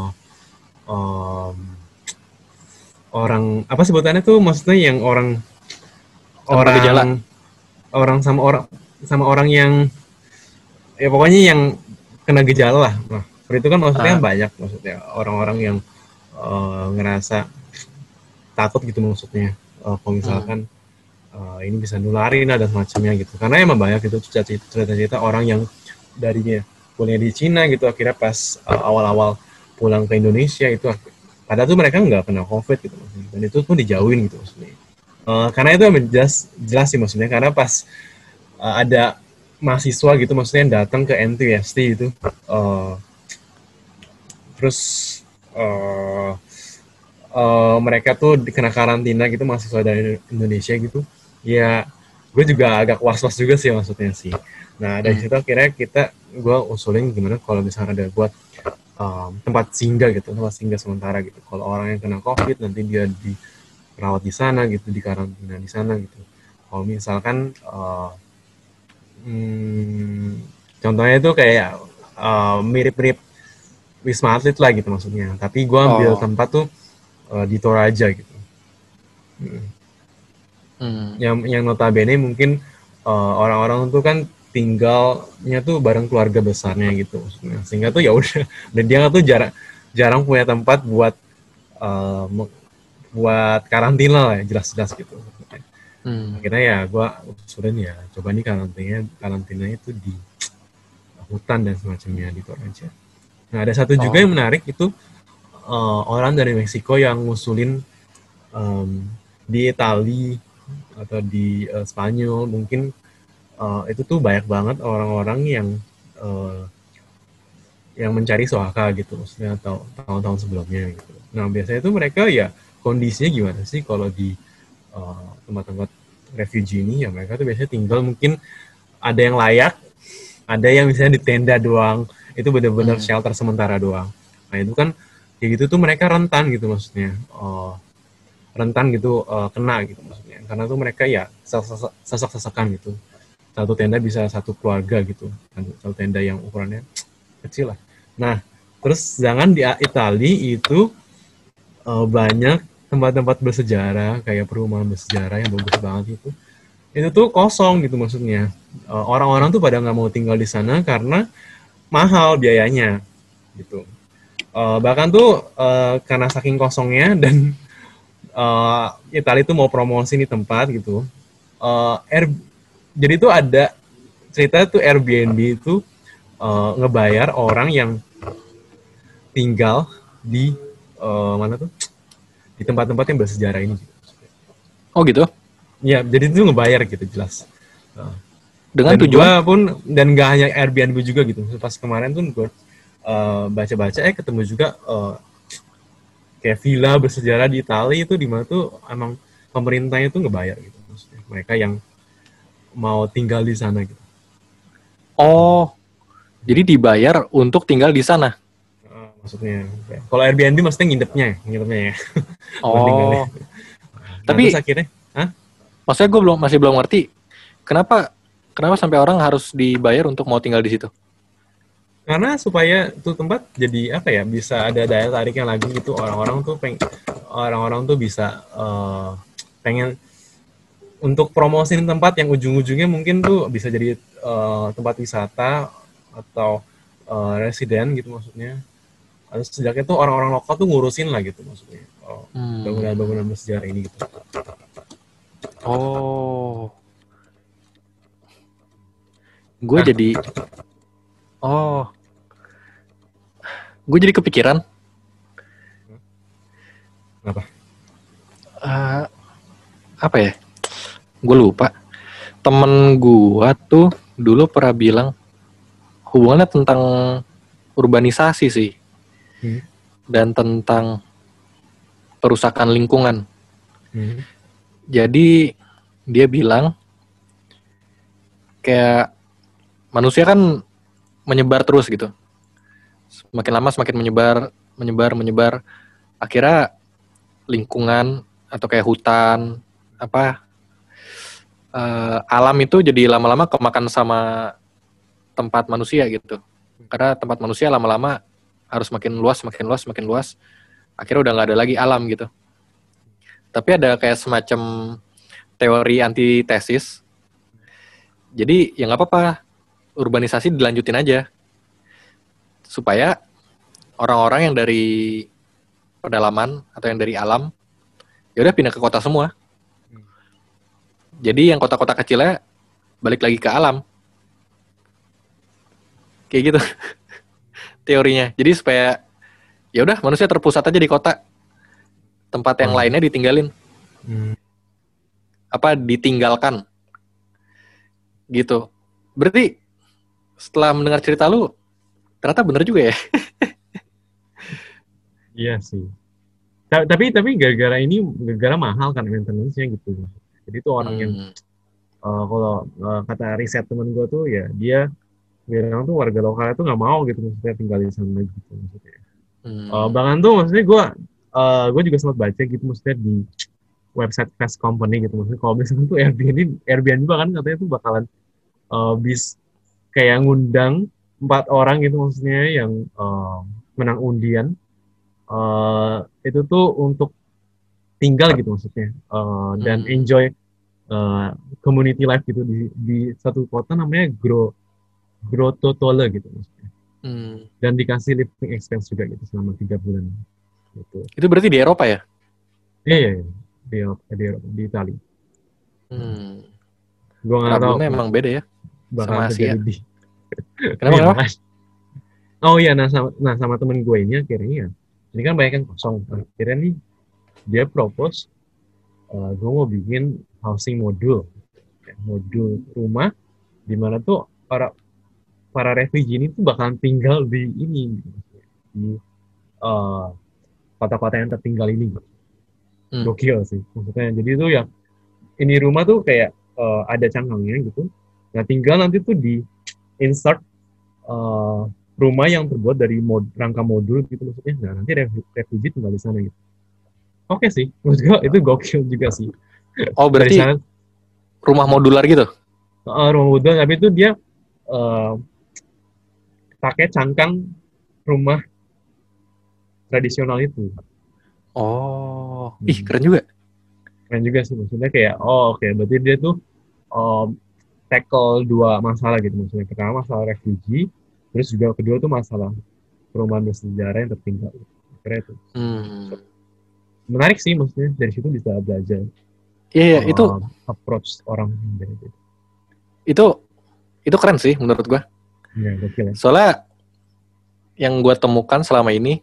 orang apa sebutannya tuh, maksudnya yang orang Tanpa gejala. orang sama orang yang ya pokoknya yang kena gejala lah. Nah, itu kan maksudnya banyak, maksudnya orang-orang yang ngerasa takut gitu, maksudnya kalau misalkan ini bisa nularin dan semacamnya gitu. Karena emang banyak itu cerita-cerita orang yang darinya kuliah di Cina gitu, akhirnya pas awal-awal pulang ke Indonesia itu, padahal tuh mereka nggak kena COVID gitu, dan itu pun dijauhin gitu maksudnya. Karena itu jelas sih maksudnya, karena pas ada mahasiswa gitu maksudnya yang datang ke NTUST itu, terus mereka tuh dikena karantina gitu, mahasiswa dari Indonesia gitu ya. Gue juga agak was-was juga sih maksudnya sih. Nah dari situ akhirnya gue usulin gimana kalau misalnya ada buat tempat singgah sementara gitu. Kalau orang yang kena COVID nanti dia dirawat di sana gitu, di karantina di sana gitu. Kalau misalkan contohnya itu kayak mirip-mirip Wisma Atlet lah gitu maksudnya. Tapi gue ambil tempat tuh di Toraja gitu. Yang notabene mungkin orang-orang tuh kan tinggalnya tuh bareng keluarga besarnya gitu maksudnya. Sehingga tuh ya udah, dan dia tuh jarang punya tempat buat karantina lah, jelas-jelas gitu. Akhirnya ya gue usulin ya coba nih karantinanya itu di hutan dan semacamnya di Toraja. Nah ada satu juga yang menarik itu, orang dari Meksiko yang ngusulin di Itali atau di Spanyol mungkin, itu tuh banyak banget orang-orang yang mencari soaka gitu maksudnya, atau tahun-tahun sebelumnya gitu. Nah biasanya itu mereka ya kondisinya gimana sih kalau di tempat-tempat refugee ini, ya mereka tuh biasanya tinggal mungkin ada yang layak, ada yang misalnya di tenda doang, itu benar-benar shelter sementara doang. Nah itu kan kayak gitu tuh mereka rentan gitu maksudnya, rentan gitu kena gitu maksudnya, karena tuh mereka ya sesak-sesakan gitu. Satu tenda bisa satu keluarga gitu, satu tenda yang ukurannya kecil lah. Nah terus jangan di Itali itu banyak tempat-tempat bersejarah kayak perumahan bersejarah yang bagus banget itu tuh kosong gitu maksudnya. Orang-orang tuh pada nggak mau tinggal di sana karena mahal biayanya gitu. Bahkan tuh karena saking kosongnya dan Italia tuh mau promosi di tempat gitu. Jadi tuh ada cerita tuh Airbnb itu ngebayar orang yang tinggal di mana tuh, di tempat-tempat yang bersejarah ini. Oh gitu? Ya, jadi itu ngebayar gitu jelas. Dengan dan tujuan? Gua pun, dan gak hanya Airbnb juga gitu. Pas kemarin tuh gue baca-baca ketemu juga kayak villa bersejarah di Italia itu, di mana tuh emang pemerintahnya tuh ngebayar gitu. Maksudnya mereka yang mau tinggal di sana gitu. Oh, jadi dibayar untuk tinggal di sana? Maksudnya kalau Airbnb maksudnya nginepnya ya. Oh. Tapi terus akhirnya, maksudnya gue masih belum ngerti kenapa sampai orang harus dibayar untuk mau tinggal di situ? Karena supaya tuh tempat jadi apa ya, bisa ada daya tariknya lagi gitu. Orang-orang tuh bisa pengen untuk promosiin tempat yang ujung-ujungnya mungkin tuh bisa jadi tempat wisata atau residen gitu maksudnya. Atau sejaknya tuh orang-orang lokal tuh ngurusin lah gitu maksudnya. Bangunan-bangunan bersejarah ini gitu. Oh. Gue jadi kepikiran. Apa? Apa ya? Gue lupa. Temen gue tuh dulu pernah bilang hubungannya tentang urbanisasi sih. Dan tentang perusakan lingkungan. Jadi dia bilang kayak manusia kan menyebar terus gitu. Semakin lama semakin menyebar. Akhirnya lingkungan atau kayak hutan alam itu jadi lama-lama kemakan sama tempat manusia gitu. Karena tempat manusia lama-lama harus makin luas. Akhirnya udah nggak ada lagi alam gitu. Tapi ada kayak semacam teori antitesis. Jadi ya nggak apa-apa, urbanisasi dilanjutin aja supaya orang-orang yang dari pedalaman atau yang dari alam ya udah pindah ke kota semua. Jadi yang kota-kota kecilnya balik lagi ke alam. Kayak gitu teorinya. Jadi supaya ya udah manusia terpusat aja di kota. Tempat yang lainnya ditinggalin. Ditinggalkan. Gitu. Berarti setelah mendengar cerita lu ternyata bener juga ya. Iya sih. Tapi gara-gara mahal kan maintenance-nya gitu. Jadi tuh orang yang kalau kata riset temen gue tuh ya dia bilang tuh warga lokalnya tuh nggak mau gitu maksudnya tinggal di sana gitu maksudnya. Bahkan tuh maksudnya gue juga sempat baca gitu maksudnya di website fast company gitu maksudnya kalau misalnya tuh Airbnb bahkan katanya tuh bakalan bis kayak ngundang 4 orang gitu maksudnya yang menang undian itu tuh untuk tinggal gitu maksudnya dan enjoy community life gitu di satu kota namanya Grototole gitu maksudnya. Dan dikasih living expense juga gitu selama 3 bulan gitu. Itu berarti di Eropa ya? Iya. Di Itali. Gua nggak tahu. Problemnya emang beda ya sama Asia. Kenapa? Oh iya, sama temen gue ini akhirnya ini kan banyak kan kosong. Akhirnya nih dia propose gue mau bikin housing modul rumah di mana tuh para refugee ini tuh bakalan tinggal di kota-kota yang tertinggal ini. Gokil sih maksudnya. Jadi itu ya ini rumah tuh kayak ada cangkangnya gitu. Nah tinggal nanti tuh di insert rumah yang terbuat dari rangka modul gitu maksudnya. Nah nanti refugee tinggal di sana gitu. Oke sih, menurut gue itu gokil juga sih. Oh berarti rumah modular gitu? Rumah modular tapi itu dia pakai cangkang rumah tradisional itu. Oh, keren juga. Keren juga sih maksudnya kayak oke. Berarti dia tuh tackle 2 masalah gitu maksudnya. Pertama masalah refugee, terus juga kedua tuh masalah perumahan bersejarah yang tertinggal. Keren itu. Menarik sih maksudnya dari situ bisa belajar. Iya, itu approach orang dari itu keren sih menurut gue. Iya, gokil ya. Soalnya yang gue temukan selama ini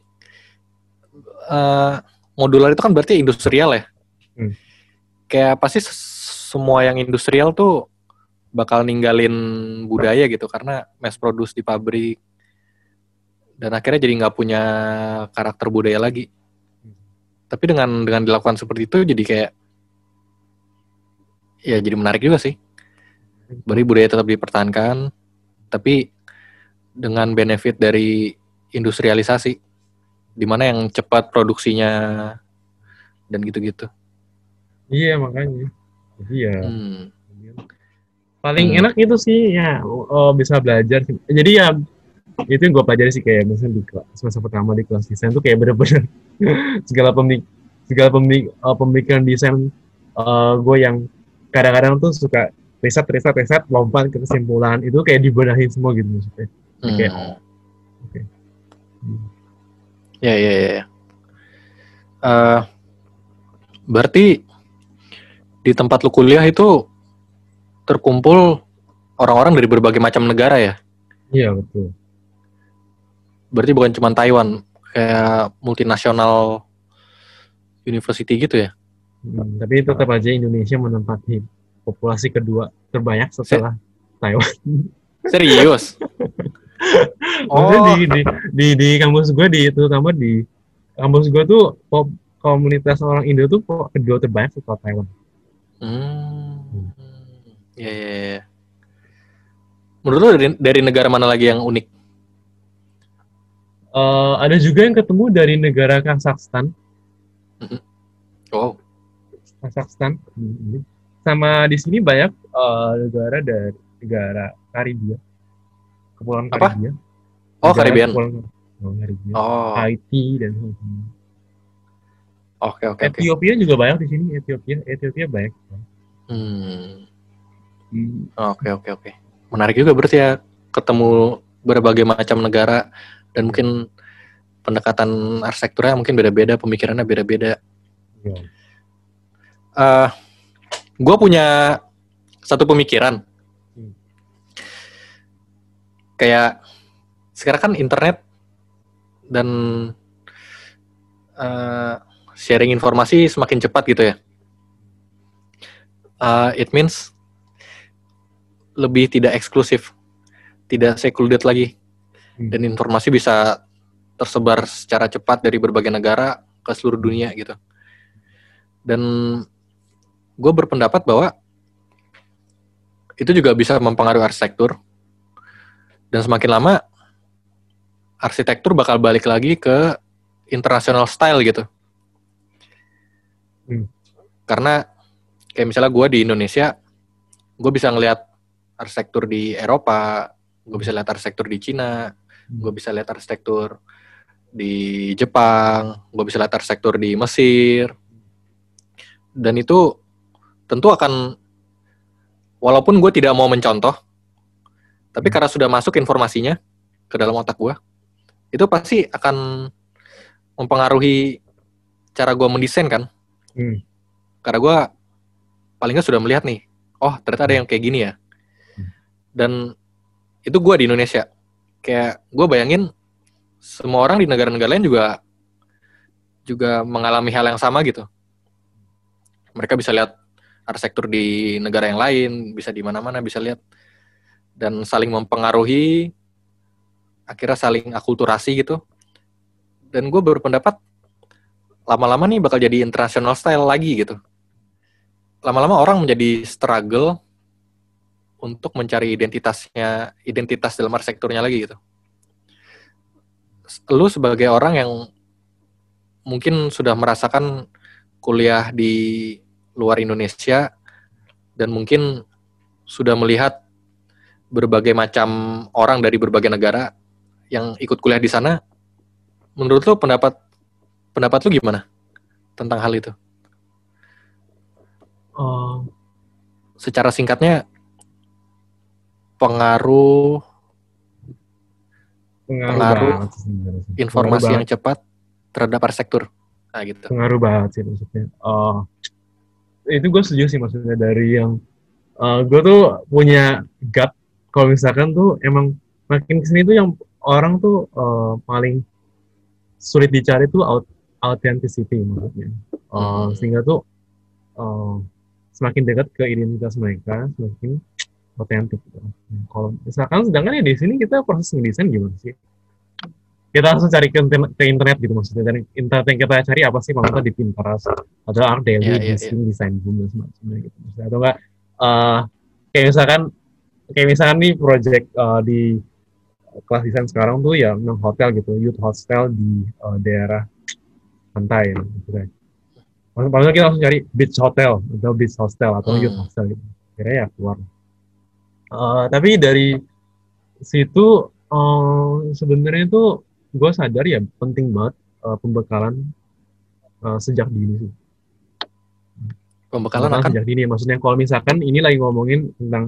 modular itu kan berarti industrial ya. Kayak pasti semua yang industrial tuh bakal ninggalin budaya gitu karena mass produce di pabrik dan akhirnya jadi nggak punya karakter budaya lagi. Tapi dengan dilakukan seperti itu jadi kayak ya jadi menarik juga sih. Berarti budaya tetap dipertahankan tapi dengan benefit dari industrialisasi di mana yang cepat produksinya dan gitu-gitu. Iya makanya. Jadi ya paling enak itu sih ya bisa belajar. Jadi ya itu yang gue pelajari sih kayak misalnya di semester pertama di kelas desain tuh kayak bener-bener segala pemikiran desain gue yang kadang-kadang tuh suka riset lompat ke kesimpulan itu kayak dibenahin semua gitu maksudnya. Kayak oke. Ya. Berarti di tempat lu kuliah itu terkumpul orang-orang dari berbagai macam negara ya? Iya betul. Berarti bukan cuma Taiwan, kayak multinasional university gitu ya? Tapi tetap aja Indonesia menempati populasi kedua terbanyak setelah Taiwan. Serius? Maksudnya di kampus gue terutama di kampus gue tuh komunitas orang Indo tuh kok kedua terbanyak setelah Taiwan. Ya, ya, ya. Menurut lo dari negara mana lagi yang unik? Ada juga yang ketemu dari negara Kazakhstan. Oh. Kazakhstan. Sama di sini banyak negara dari negara Karibia, Kepulauan Apa? Karibia. Oh, Karibian. Karibia. Oh. Haiti dan sebagainya. Oke. Ethiopia juga banyak di sini. Ethiopia banyak. Oke. Menarik juga berarti ya ketemu berbagai macam negara dan mungkin pendekatan arsitekturnya mungkin beda-beda, pemikirannya beda-beda. Gue punya satu pemikiran. Kayak sekarang kan internet dan sharing informasi semakin cepat gitu ya. It means lebih tidak eksklusif, tidak secluded lagi, dan informasi bisa tersebar secara cepat dari berbagai negara ke seluruh dunia gitu. Dan gue berpendapat bahwa itu juga bisa mempengaruhi arsitektur, dan semakin lama arsitektur bakal balik lagi ke international style gitu. Karena kayak misalnya gue di Indonesia, gue bisa ngelihat arsitektur di Eropa, gue bisa lihat arsitektur di Cina, gue bisa lihat arsitektur di Jepang, gue bisa lihat arsitektur di Mesir, dan itu tentu akan, walaupun gue tidak mau mencontoh, tapi karena sudah masuk informasinya ke dalam otak gue, itu pasti akan mempengaruhi cara gue mendesain kan. Karena gue paling nggak sudah melihat nih, oh ternyata ada yang kayak gini ya. Dan itu gue di Indonesia. Kayak gue bayangin semua orang di negara-negara lain juga mengalami hal yang sama gitu. Mereka bisa lihat arsitektur di negara yang lain, bisa di mana-mana bisa lihat, dan saling mempengaruhi, akhirnya saling akulturasi gitu. Dan gue berpendapat lama-lama nih bakal jadi international style lagi gitu. Lama-lama orang menjadi struggle untuk mencari identitas dalam arsitekturnya lagi gitu. Lu sebagai orang yang mungkin sudah merasakan kuliah di luar Indonesia dan mungkin sudah melihat berbagai macam orang dari berbagai negara yang ikut kuliah di sana, menurut lu pendapat lu gimana tentang hal itu? Secara singkatnya, pengaruh informasi yang cepat terhadap arsitektur. Nah, gitu. Pengaruh banget sih maksudnya. Itu gue setuju sih maksudnya dari yang gue tuh punya gut kalau misalkan tuh emang makin kesini tuh yang orang tuh paling sulit dicari tuh authenticity maksudnya. Sehingga tuh semakin dekat ke identitas mereka, semakin otentik gitu. Kalau misalkan sedangkan ya di sini kita proses ngedesain gimana sih? Kita langsung cari ke internet gitu maksudnya. Dan internet yang kita cari apa sih? Maksudnya di Pinterest atau ArtDaily, Design Boom dan semacamnya gitu. Maksudnya, atau enggak kayak misalkan nih project di kelas desain sekarang tuh ya memang hotel gitu, youth hostel di daerah pantai ya, gitu kan. Maksudnya kita langsung cari beach hotel atau beach hostel atau youth hostel gitu. Kira ya keluar. Tapi dari situ sebenarnya itu gue sadar ya penting banget pembekalan sejak dini sih. Pembekalan akan sejak dini, maksudnya kalau misalkan ini lagi ngomongin tentang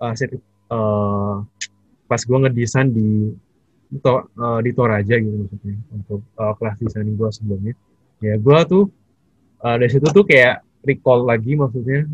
pas gue ngedesain di Toraja gitu maksudnya untuk kelas desain gue sebelumnya, ya gue tuh dari situ tuh kayak recall lagi maksudnya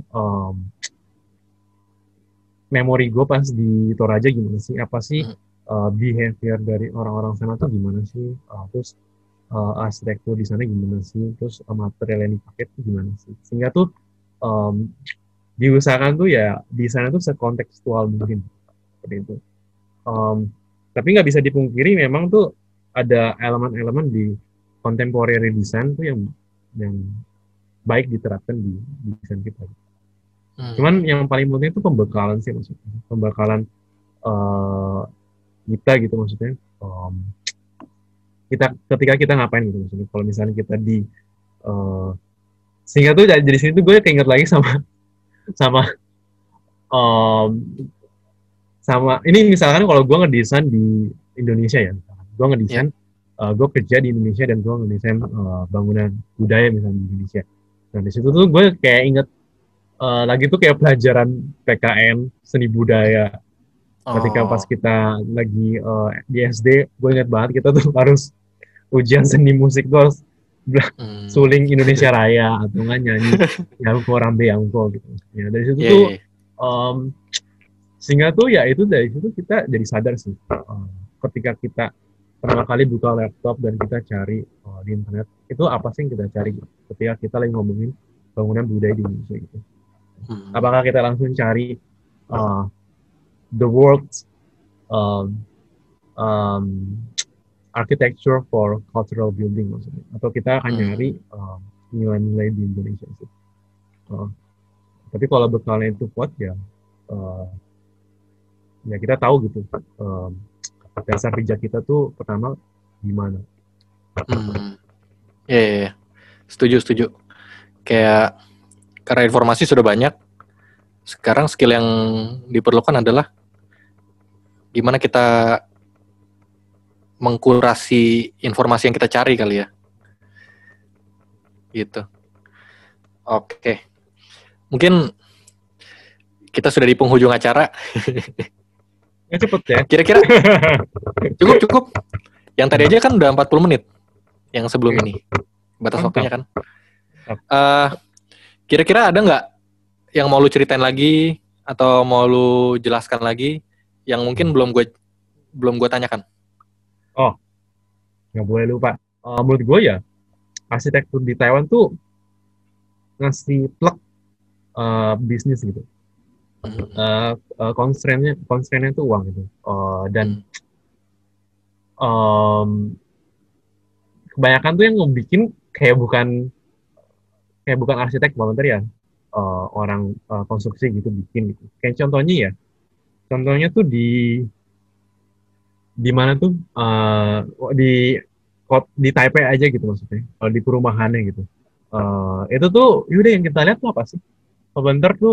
memori gue pas di Toraja gimana sih, apa sih behavior dari orang-orang sana tuh gimana sih, terus arsitektur di sana gimana sih, terus material yang dipakai tuh gimana sih, sehingga tuh diusahakan tuh ya di sana tuh sekontekstual mungkin seperti itu. Tapi nggak bisa dipungkiri memang tuh ada elemen-elemen di contemporary design tuh yang yang baik diterapkan di desain kita. Hmm. Cuman yang paling penting itu pembekalan sih maksudnya. Pembekalan eh, kita gitu maksudnya. Kita ketika kita ngapain gitu maksudnya. Kalau misalnya kita eh, sehingga tuh dari sini tuh gue keinget lagi sama sama em, sama ini misalkan kalau gue ngedesain di Indonesia ya, gue Ya. ngedesain gue kerja di Indonesia dan gue ngedesain bangunan budaya misalnya di Indonesia. Nah di situ tuh gue kayak inget lagi tuh kayak pelajaran PKN seni budaya ketika pas Oh. kita lagi di SD, gue ingat banget kita tuh harus ujian seni musik tuh harus Hmm. suling Indonesia Raya atau nggak nyanyi Yangko Rambe Yangko gitu. Ya dari situ Iya, tuh iya. um, sehingga tuh ya itu dari situ kita jadi sadar sih ketika kita pertama kali buka laptop dan kita cari di internet itu apa sih yang kita cari gitu. Ketika kita lagi ngomongin bangunan budaya di Indonesia gitu. Hmm. Apakah kita langsung cari uh, the world's um, um, architecture for cultural building maksudnya, atau kita akan nyari Hmm. nilai-nilai di Indonesia sih. Uh, tapi kalau bekalnya itu kuat ya, uh, ya kita tahu gitu dasar pijak kita tuh pertama gimana. Hmm. Iya, iya, iya. Setuju, setuju. Kayak karena informasi sudah banyak, sekarang skill yang diperlukan adalah gimana kita mengkurasi informasi yang kita cari kali ya. Gitu. Oke. Mungkin kita sudah di penghujung acara. Ya cepet ya. Kira-kira cukup, cukup. Yang tadi aja kan udah 40 menit. Yang sebelum ini. Batas Mantap. waktunya kan. Kira-kira ada nggak yang mau lu ceritain lagi atau mau lu jelaskan lagi yang mungkin belum gue tanyakan? Oh, nggak boleh lupa. Menurut gue ya, arsitektur di Taiwan tuh ngasih plek bisnis gitu. Hmm. Constraint-nya tuh uang gitu. Dan Hmm. um, kebanyakan tuh yang ngebikin kayak bukan arsitek volunteer ya, orang konstruksi gitu bikin gitu. Kayak contohnya tuh di mana tuh di Taipei aja gitu maksudnya, di perumahannya gitu. Itu tuh yaudah yang kita lihat tuh apa sih? Volunteer tuh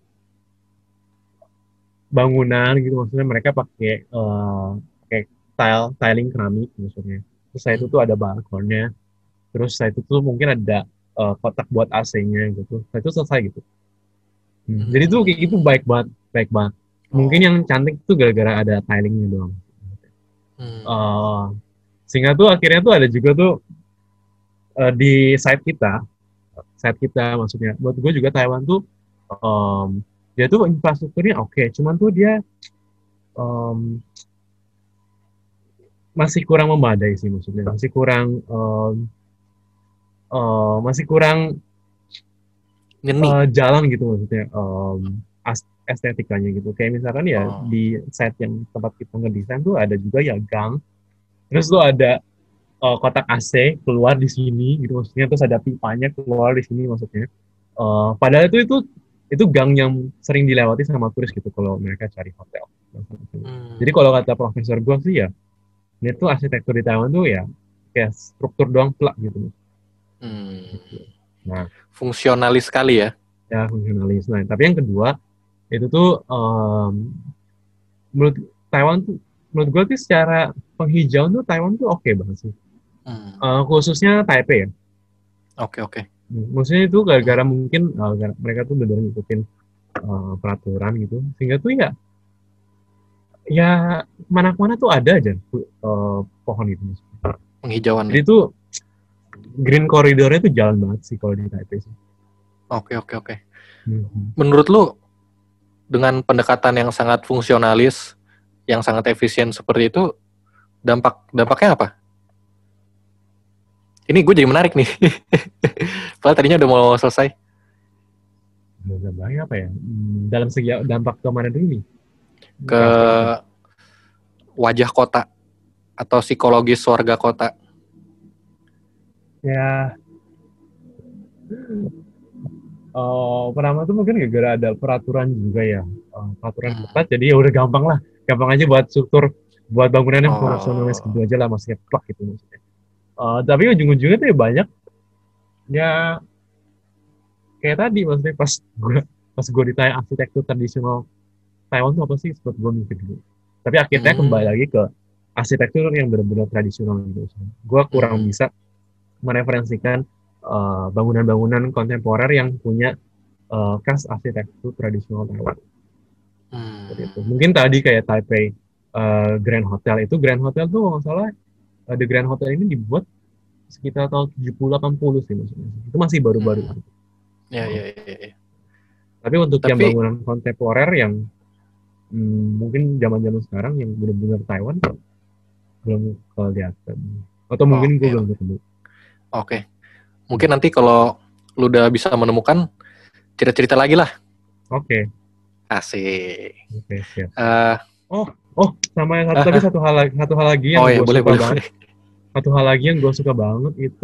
bangunan gitu maksudnya mereka pakai tiling keramik maksudnya. Terus saya itu Hmm. tuh ada balkonnya. Terus saya itu tuh mungkin ada kotak buat AC-nya gitu. Saya itu selesai gitu. Jadi tuh kayak gitu Hmm. baik banget, baik banget. Mungkin yang Oh. cantik tuh gara-gara ada tilingnya doang. Hmm. Eh, Sehingga tuh akhirnya tuh ada juga tuh di site kita maksudnya. Buat gue juga Taiwan tuh dia tuh infrastrukturnya oke, cuman tuh dia em, masih kurang memadai sih maksudnya, masih kurang Nyeni. jalan gitu maksudnya estetikanya gitu. Kayak misalkan ya Oh. di site yang tempat kita ngedesain tuh ada juga ya gang, terus tuh ada kotak AC keluar di sini gitu maksudnya, terus ada pipanya keluar di sini maksudnya. Padahal itu gang yang sering dilewati sama turis gitu kalau mereka cari hotel. Jadi Hmm. kalau kata profesor gue sih ya, ini tuh arsitektur di Taiwan tuh ya kayak struktur doang plak gitu. Hmm. Nah, Fungsionalis sekali ya. ya fungsionalis. Nah, tapi yang kedua itu tuh menurut Taiwan tuh menurut gue tuh secara penghijauan tuh Taiwan tuh oke banget sih. Hmm. Khususnya Taipei ya. Oke, oke. Maksudnya itu gara-gara Hmm. mungkin mereka tuh benar ngikutin peraturan gitu. Sehingga tuh ya mana-mana tuh ada aja pohon itu. Penghijauannya. Jadi tuh green corridornya tuh jalan banget sih kalau di Taipei sih. Oke, oke, oke. Hmm. Menurut lu dengan pendekatan yang sangat fungsionalis, yang sangat efisien seperti itu, dampaknya apa? Ini gue jadi menarik nih. Padahal tadinya udah mau selesai. Dampaknya apa ya? Dalam segi dampak ke mana dulu nih? Ke Infrastruktur. wajah kota atau psikologis warga kota. Ya Pertama tuh mungkin gara-gara ada peraturan juga ya, peraturan Hmm. ketat, jadi ya udah gampang lah, gampang aja buat struktur, buat bangunannya fungsionalnya Oh. segitu aja lah, maksudnya plak gitu maksudnya. Tapi ujung-ujungnya tuh ya banyak, ya kayak tadi maksudnya pas gue ditanya arsitektur tradisional Taiwan tuh apa sih, sempat gue mikir dulu. Tapi akhirnya kembali Hmm. lagi ke arsitektur yang benar-benar tradisional gitu. Gue kurang Hmm. bisa mereferensikan bangunan-bangunan kontemporer yang punya khas arsitektur tradisional Taiwan. Seperti itu. Hmm. Mungkin tadi kayak Taipei Grand Hotel itu, Grand Hotel tuh kalau nggak salah, The Grand Hotel ini dibuat sekitar tahun 70-80 sih maksudnya. Itu masih baru-baru. Hmm. Ya, Oh. ya, ya, ya. Tapi untuk yang Tapi, bangunan kontemporer yang mungkin zaman-zaman sekarang yang benar-benar Taiwan belum kelihatan. Atau mungkin gue oke, belum oke. ketemu. Oke. Mungkin nanti kalau lu udah bisa menemukan, cerita-cerita lagi lah. Oke, Asik. oke, siap. Eh, Oh, oh, sama yang satu, ah, tapi ah. satu hal lagi yang Oh ya, gue boleh, suka boleh, banget. boleh. Satu hal lagi yang gue suka banget itu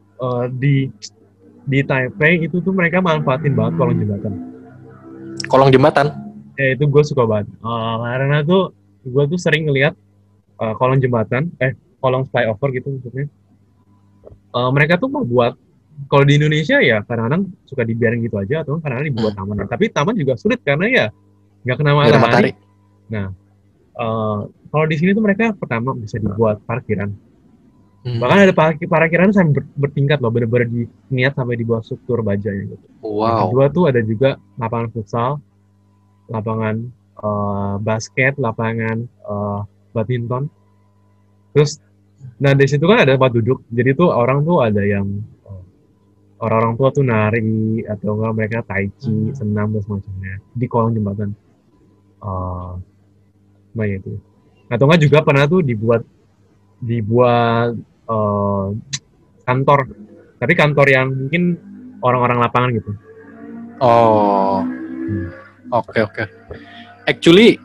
di Taipei itu tuh mereka manfaatin banget kolong jembatan. Kolong jembatan. Ya itu gue suka banget. Karena tuh gue tuh sering ngeliat kolong jembatan, kolong flyover gitu maksudnya. Mereka tuh mau buat, kalau di Indonesia ya kadang-kadang suka dibiarin gitu aja atau kadang-kadang dibuat Hmm. taman. Tapi taman juga sulit karena ya nggak kena Nggak ada matahari. matahari. Nah, kalau di sini tuh mereka pertama bisa dibuat parkiran. Bahkan Hmm. ada parkiran sampai bertingkat loh, bener-bener niat sampai dibuat struktur bajanya gitu. Yang kedua Wow. tuh ada juga lapangan futsal, lapangan basket, lapangan badminton. Terus, nah di situ kan ada tempat duduk. Jadi tuh orang tuh ada yang orang-orang tua tuh nari atau enggak mereka tai chi, Hmm. senam dan semacamnya di kolong jembatan. Uh, nah ya itu. Atau enggak juga pernah tuh dibuat kantor, tapi kantor yang mungkin orang-orang lapangan gitu. Oh, Hmm. oke, oke. Actually,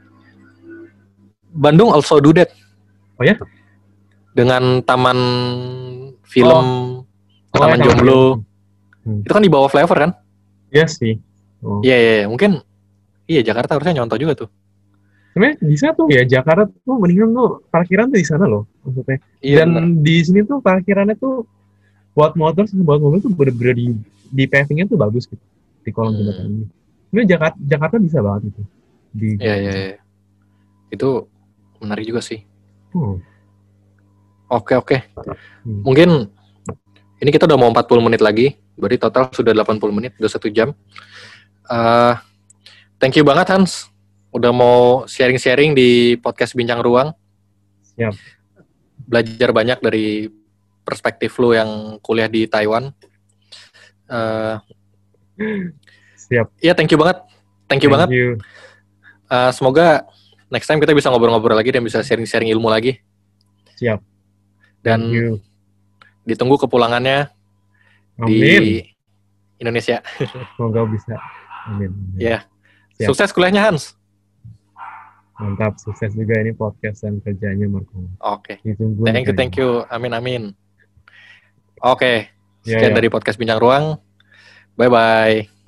Bandung also do that. Oh ya? Dengan taman film, Oh, oh ya Taman taman film. Jomblo. Itu kan di bawah flyover kan? Iya sih. Oh. Iya, iya, iya. Mungkin, iya Jakarta harusnya nyontoh juga tuh. Sebenarnya bisa tuh ya, Jakarta tuh mendingan tuh parkiran tuh di sana loh maksudnya. Iya, Dan bener. di sini tuh parkirannya tuh buat motor sama buat mobil tuh bener-bener di pavingnya tuh bagus gitu di kolong jembatan Hmm. ini. Ini Jakarta bisa banget itu Iya, dibuat iya, gitu. iya. Itu menarik juga sih. Hmm. Oke, oke. Hmm. Mungkin ini kita udah mau 40 menit lagi. Berarti total sudah 80 menit, udah 1 jam. Thank you banget Hans. Udah mau sharing-sharing di podcast Bincang Ruang. Siap. Belajar banyak dari perspektif lu yang kuliah di Taiwan. Siap. Iya, thank you banget. Thank you banget. Semoga next time kita bisa ngobrol-ngobrol lagi dan bisa sharing-sharing ilmu lagi. Siap. Dan Thank you. ditunggu kepulangannya di Amin. Indonesia. Semoga bisa. Amin. Ya. Siap. Sukses kuliahnya Hans. Mantap, sukses juga ini podcast dan kerjanya Marco. Oke. Ditunggu Thank you. Amin, amin. Oke. Sekian Ya. dari podcast Bincang Ruang. Bye-bye.